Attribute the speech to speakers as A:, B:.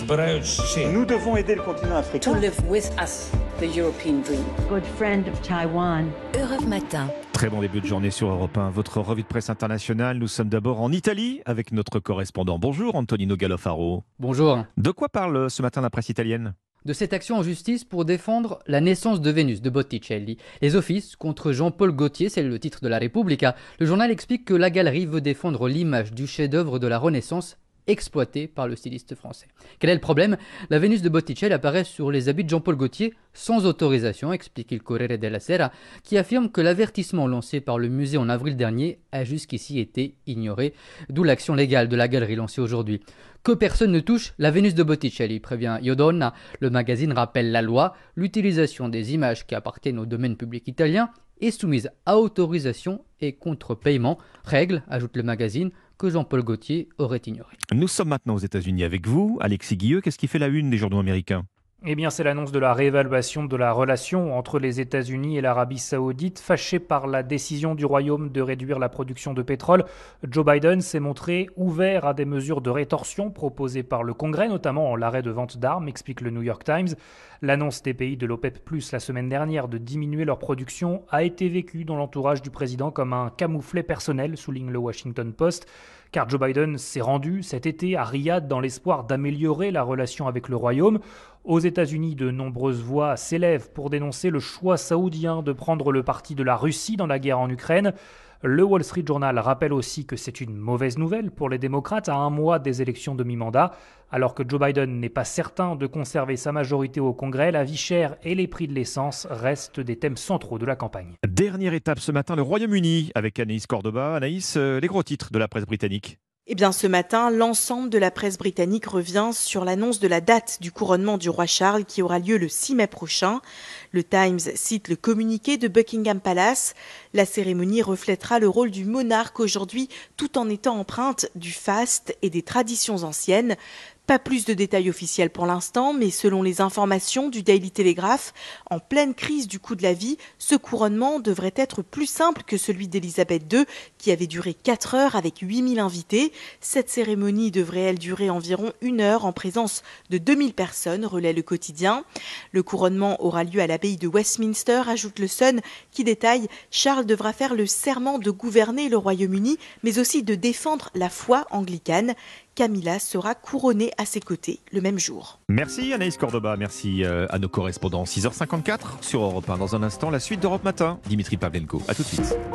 A: Nous devons aider le continent africain.
B: To live with us, the European dream.
C: Good friend of Taiwan.
D: Europe Matin.
E: Très bon début de journée sur Europe 1, votre revue de presse internationale. Nous sommes d'abord en Italie avec notre correspondant. Bonjour Antonino Gallofaro.
F: Bonjour.
E: De quoi parle ce matin la presse italienne ?
F: De cette action en justice pour défendre la naissance de Vénus de Botticelli. Les offices contre Jean-Paul Gaultier, c'est le titre de la Repubblica. Le journal explique que la galerie veut défendre l'image du chef-d'œuvre de la Renaissance exploité par le styliste français. Quel est le problème ? La Vénus de Botticelli apparaît sur les habits de Jean-Paul Gaultier sans autorisation, explique il Corriere della Sera, qui affirme que l'avertissement lancé par le musée en avril dernier a jusqu'ici été ignoré, d'où l'action légale de la galerie lancée aujourd'hui. Que personne ne touche la Vénus de Botticelli, prévient Iodonna. Le magazine rappelle la loi, l'utilisation des images qui appartiennent au domaine public italien est soumise à autorisation et contre paiement. Règle, ajoute le magazine, que Jean-Paul Gaultier aurait ignoré.
E: Nous sommes maintenant aux États-Unis avec vous, Alexis Guilleux. Qu'est-ce qui fait la une des journaux américains ?
G: Eh bien, c'est l'annonce de la réévaluation de la relation entre les États-Unis et l'Arabie Saoudite. Fâché par la décision du Royaume de réduire la production de pétrole, Joe Biden s'est montré ouvert à des mesures de rétorsion proposées par le Congrès, notamment l'arrêt de vente d'armes, explique le New York Times. L'annonce des pays de l'OPEP+, la semaine dernière, de diminuer leur production a été vécue dans l'entourage du président comme un camouflet personnel, souligne le Washington Post. Car Joe Biden s'est rendu cet été à Riyad dans l'espoir d'améliorer la relation avec le Royaume. Aux États-Unis, de nombreuses voix s'élèvent pour dénoncer le choix saoudien de prendre le parti de la Russie dans la guerre en Ukraine. Le Wall Street Journal rappelle aussi que c'est une mauvaise nouvelle pour les démocrates à un mois des élections de mi-mandat. Alors que Joe Biden n'est pas certain de conserver sa majorité au Congrès, la vie chère et les prix de l'essence restent des thèmes centraux de la campagne.
E: Dernière étape ce matin, le Royaume-Uni avec Anaïs Cordoba. Anaïs, les gros titres de la presse britannique.
H: Eh bien, ce matin, l'ensemble de la presse britannique revient sur l'annonce de la date du couronnement du roi Charles qui aura lieu le 6 mai prochain. Le Times cite le communiqué de Buckingham Palace. La cérémonie reflètera le rôle du monarque aujourd'hui tout en étant empreinte du faste et des traditions anciennes. Pas plus de détails officiels pour l'instant, mais selon les informations du Daily Telegraph, en pleine crise du coût de la vie, ce couronnement devrait être plus simple que celui d'Élisabeth II, qui avait duré 4 heures avec 8000 invités. Cette cérémonie devrait, elle, durer environ 1 heure en présence de 2000 personnes, relaie le quotidien. Le couronnement aura lieu à l'abbaye de Westminster, ajoute le Sun, qui détaille « Charles devra faire le serment de gouverner le Royaume-Uni, mais aussi de défendre la foi anglicane ». Camilla sera couronnée à ses côtés le même jour.
E: Merci Anaïs Cordoba, merci à nos correspondants. 6h54 sur Europe 1. Dans un instant, la suite d'Europe Matin. Dimitri Pavlenko, à tout de suite.